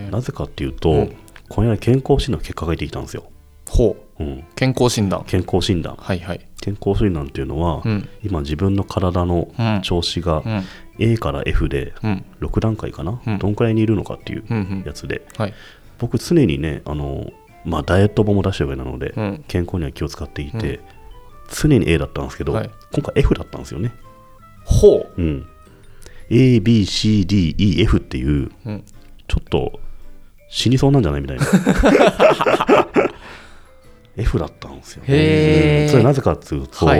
なぜかっていうと、この間健康診断の結果が出てきたんですよ。 ほう、健康診断。 健康診断、 はいはい。 健康診断っていうのは、今自分の体の調子が A から F で6段階かな、どんくらいにいるのかっていうやつで、僕常にねダイエット本も出してるわけなので、健康には気を使っていて、常に A だったんですけど、今回 F だったんですよね。 ほう、 ABCDEF っていう、ちょっと死にそうなんじゃないみたいなF だったんですよね。それなぜかっていうと、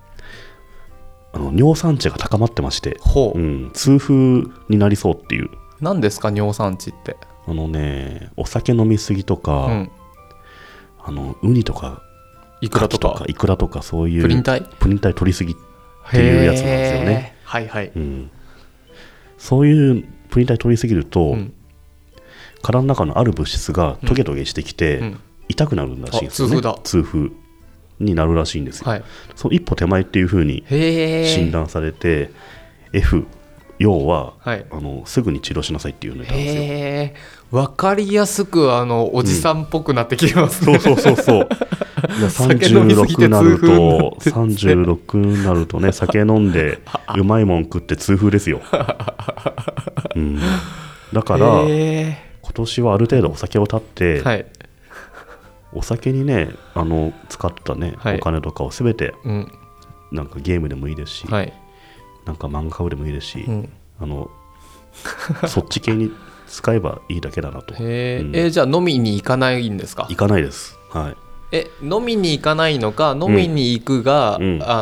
尿酸値が高まってまして、痛風になりそうっていう。 何ですか尿酸値って。 お酒飲みすぎとか、ウニとかイクラとかそういうプリン体取りすぎっていうやつなんですよね。 はいはい、 そういうプリン体取りすぎると、体の中のある物質がトゲトゲしてきて、痛くなるらしいんですよね。痛風になるらしいんですよ。その一歩手前っていう風に診断されて、 F 要は、すぐに治療しなさいっていうのを言ったんですよ。 分かりやすくおじさんっぽくなってきますね。 そう36になるとね、酒飲んでうまいもん食って痛風ですよ。だから今年はある程度お酒を断って、お酒にね使ったね、お金とかをすべて、なんかゲームでもいいですし、なんか漫画買うでもいいですし、そっち系に使えばいいだけだなと。 じゃあ飲みに行かないんですか。 行かないです。 飲みに行かないのか、飲みに行くが、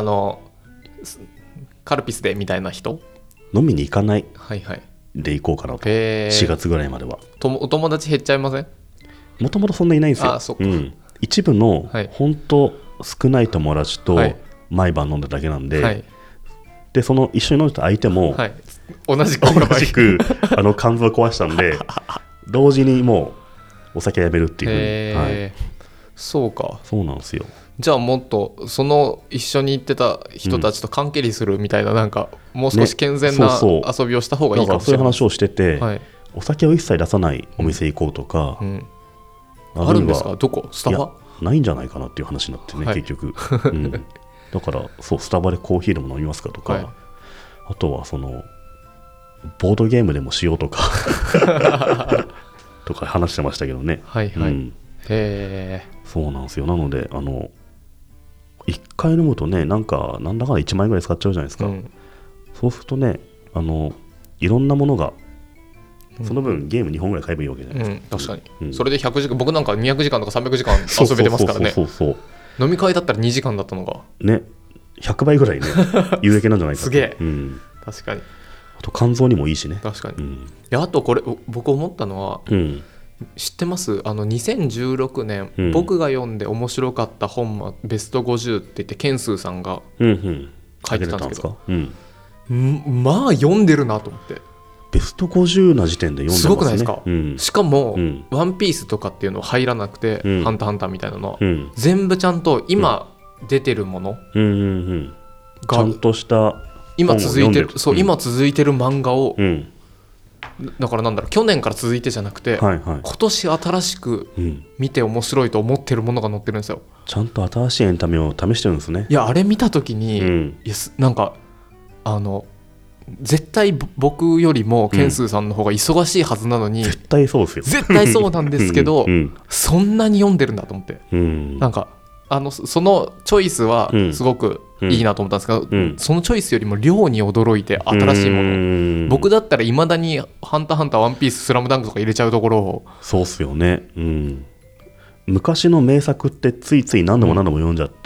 カルピスでみたいな人。 飲みに行かないで行こうかなと、4月ぐらいまでは。 お友達減っちゃいません。 もともとそんなにいないんですよ。一部の本当少ない友達と毎晩飲んだだけなんで、でその一緒に飲んでた相手も、 同じく肝臓壊したんで同時にもうお酒やめるっていう風に。 そうか。 そうなんですよ。 じゃあもっとその一緒に行ってた人たちと関係りするみたいな、なんかもう少し健全な遊びをした方がいいかもしれない。 そういう話をしてて、お酒を一切出さないお店行こうとか、 あるんですか。どこ。スタバ。 ないんじゃないかなっていう話になってね、結局、だからスタバでコーヒーでも飲みますかとか、あとはボードゲームでもしようとかとか話してましたけどね。そうなんですよ。なので1回飲むとね、なんだか1万円ぐらい使っちゃうじゃないですか。そうするとね、いろんなものがその分ゲーム2本ぐらい買えばいいわけじゃないですか。 確かに、それで100時間、僕なんか200時間とか300時間遊べてますからね。飲み会だったら2時間だったのがね、100倍ぐらいね有益なんじゃないかと。 すげえ、確かに。 あと肝臓にもいいしね。 確かに、あとこれ僕思ったのは、知ってます。2016年、僕が読んで面白かった本はベスト50って言ってケンスーさんが書いてたんですけど、まあ読んでるなと思って。 ベスト50な時点で読んでますね。 すごくないですか。しかも、ワンピースとかっていうの入らなくて、ハンターハンターみたいなのは、全部ちゃんと今出てるものが、 ちゃんとした今続いてる漫画を、だから去年から続いてじゃなくて、今年新しく見て面白いと思ってるものが載ってるんですよ。 ちゃんと新しいエンタメを試してるんですね。 いや、あれ見た時に、なんか絶対僕よりもケンスーさんの方が忙しいはずなのに、 絶対そうですよ。 絶対そうなんですけど、そんなに読んでるんだと思って、なんかそのチョイスはすごくいいなと思ったんですけど、そのチョイスよりも量に驚いて新しいもの、僕だったらいまだにハンターハンター、ワンピース、スラムダンクとか入れちゃうところを。 そうっすよね。昔の名作ってついつい何度も何度も読んじゃって、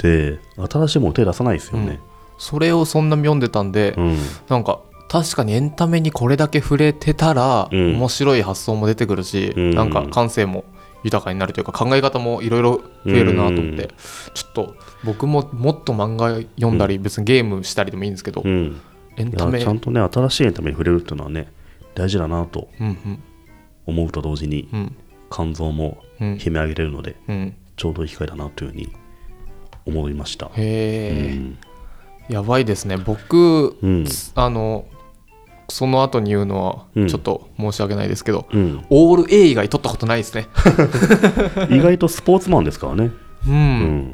新しいもの手出さないですよね。 それをそんな読んでたんで、なんか確かにエンタメにこれだけ触れてたら、面白い発想も出てくるし、なんか感性も豊かになるというか、考え方もいろいろ増えるなと思って、ちょっと僕ももっと漫画読んだり、別にゲームしたりでもいいんですけど、エンタメちゃんとね、新しいエンタメに触れるっていうのはね、大事だなと思うと同時に、肝臓も悲鳴上げれるので、ちょうどいい機会だなというふうに思いました。 やばいですね。僕、 その後に言うのはちょっと申し訳ないですけど、 うん、 オール A 以外取ったことないですね意外とスポーツマンですからね。 うん、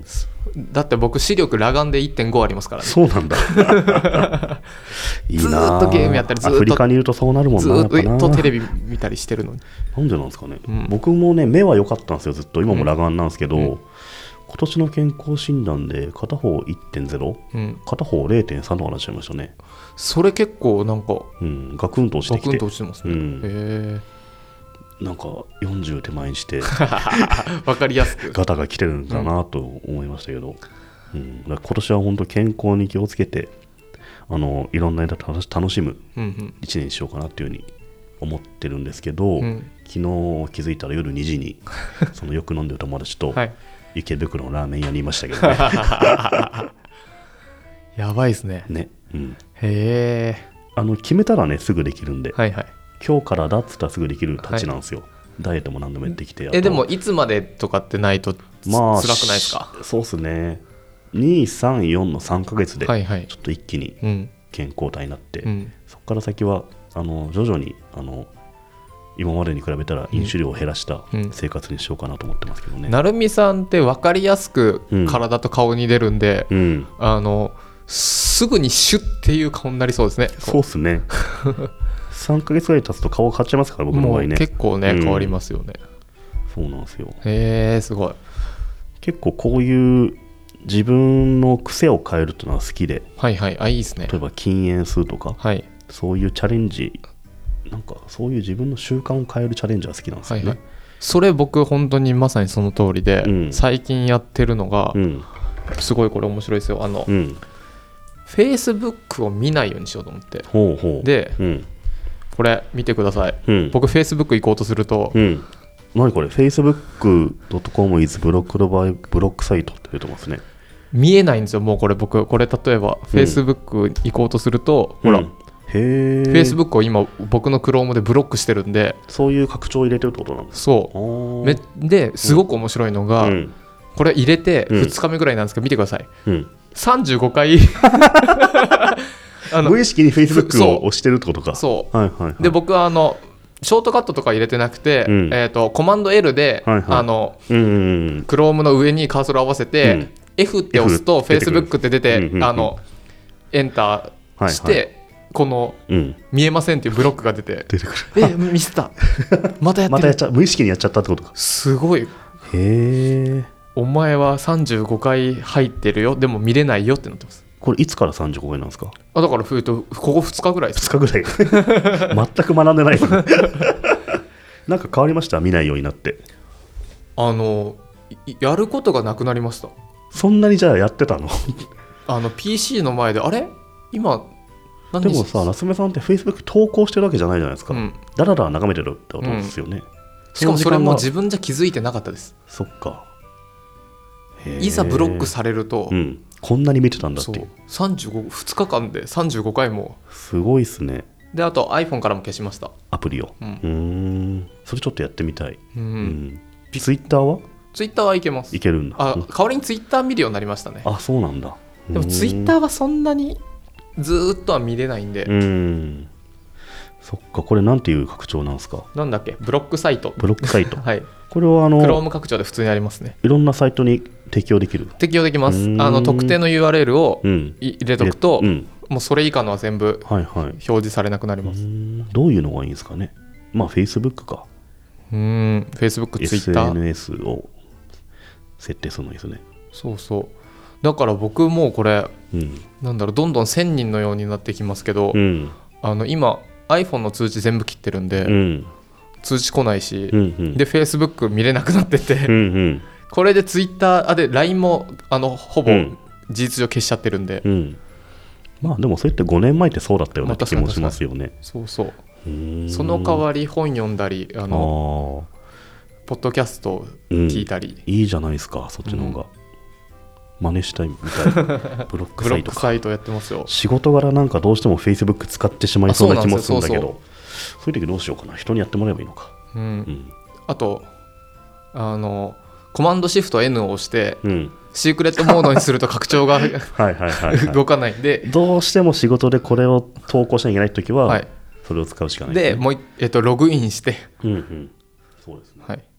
だって僕視力裸眼で 1.5 ありますからね。 そうなんだいいな。 ずーっとゲームやったり、ずーっとアフリカにいるとそうなるもんな。 ずーっとテレビ見たりしてるのに。 なんでなんですかね、うん、僕もね目は良かったんですよずっと。今も裸眼なんですけど、うん、今年の健康診断で片方 1.0、うん、片方 0.3 とかなっちゃいましたね。 それ結構なんか、 うん、ガクンと落ちてきて、 ガクンと落ちてますね、うん、 へえ。なんか40手前にして分かりやすくガタが来てるんだなと思いましたけど、うん、だから今年は本当健康に気をつけていろんな間楽しむ1年にしようかなっていうふうに思ってるんですけど、うん、昨日気づいたら夜2時にそのよく飲んでる友達と池袋のラーメン屋にいましたけどねやばいですね。 ね、うん、 へえ。 決めたらねすぐできるんで、 はいはい、 今日からだっつったらすぐできるたちなんですよ、はい、ダイエットも何でもやってきて。 でもいつまでとかってないと辛くないですか？ そうですね、234の3ヶ月でちょっと一気に健康体になって、はいはい、そこから先は徐々に今までに比べたら飲酒量を減らした生活にしようかなと思ってますけどね。 成美さんって分かりやすく体と顔に出るんで、うん、すぐにシュッっていう顔になりそうですね。 そうですね3ヶ月ぐらい経つと顔変わっちゃいますから僕の場合ね。 もう結構ね、変わりますよね。 そうなんですよ。 へえ、すごい。 結構こういう自分の癖を変えるっていうのは好きで、 はいはい、あ、いいですね。 例えば禁煙するとか、 はい、 そういうチャレンジ、なんかそういう自分の習慣を変えるチャレンジは好きなんですよね。はいはい、 それ僕本当にまさにその通りで、うん、最近やってるのが、うん、すごいこれ面白いですよ。Facebook を見ないようにしようと思って。 ほうほう。 で、うん、これ見てください、うん、僕 Facebook 行こうとすると、うん、 何これ Facebook.com is blocked by ブロックサイトって出てますね。 見えないんですよもうこれ。僕これ例えば Facebook 行こうとすると、ほら、Facebook を今僕の Chrome でブロックしてるんで、 そういう拡張を入れてるってことなんですか？ そうですごく面白いのが、これ入れて2日目ぐらいなんですけど、見てください、35回無意識に Facebook を押してるってことか。 そう、はいはいはい、で僕はショートカットとか入れてなくて、コマンド L で、はいはい、Chrome の上にカーソルを合わせて、F って押すと Facebook って出て、エンターして、はいはい、この、見えませんっていうブロックが出てくる。 ミスったまたやってる。 またやっちゃう。無意識にやっちゃったってことか。 すごい。 へえ。 お前は35回入ってるよ、でも見れないよってなってます。 これいつから35回なんですか？ だからここ2日ぐらいです。 2日ぐらい全く学んでないですねなんか変わりました？見ないようになって。 やることがなくなりました。 そんなにじゃあやってたの PC の前であれ今何でもさ、夏目さんって Facebook 投稿してるわけじゃないじゃないですか、だらだら眺めてるってことですよね、 しかもそれも自分じゃ気づいてなかったです。 そっか。 いざブロックされると、 こんなに見てたんだっていう。 2日間で35回も。 すごいっすね。 であと iPhone からも消しました、 アプリを。それちょっとやってみたい。Twitter は？ Twitter はいけます。 いけるんだ。 代わりに Twitter 見るようになりましたね。 あ、そうなんだ。 でも Twitter はそんなにずっとは見れないんで。 そっか。これなんていう拡張なんですか？ なんだっけ、ブロックサイト。 ブロックサイトはい。 これは Chrome 拡張で普通にありますね。 いろんなサイトに適用できる？ 適用できます。特定の URL を入れとくと、もうそれ以下のは全部表示されなくなります。 どういうのがいいんですかね？まあ Facebook か。 Facebook、Twitter。 SNS を設定するのいいですね。 そうそう。だから僕もこれ、なんだろう、どんどん1000人のようになってきますけど、今 iPhone の通知全部切ってるんで、通知来ないし、で Facebook 見れなくなってて、これで Twitter で LINE もほぼ事実上消しちゃってるんで、 まあでもそれって5年前ってそうだったような気もしますよね。 そうそう。その代わり本読んだり、ポッドキャスト聞いたり、 いいじゃないですか、そっちの方が。真似したいみたいな。ブロックサイトか。ブロックサイトやってますよ。 仕事柄なんかどうしても Facebook 使ってしまいそうな気もするんだけど、そういう時どうしようかな。人にやってもらえばいいのか。 あとコマンドシフト N を押して、シークレットモードにすると拡張が動かないんで、 どうしても仕事でこれを投稿しなきゃいけないときは、 それを使うしかないですね。 でもう、ログインして、 うんうん、そうですね。 はい、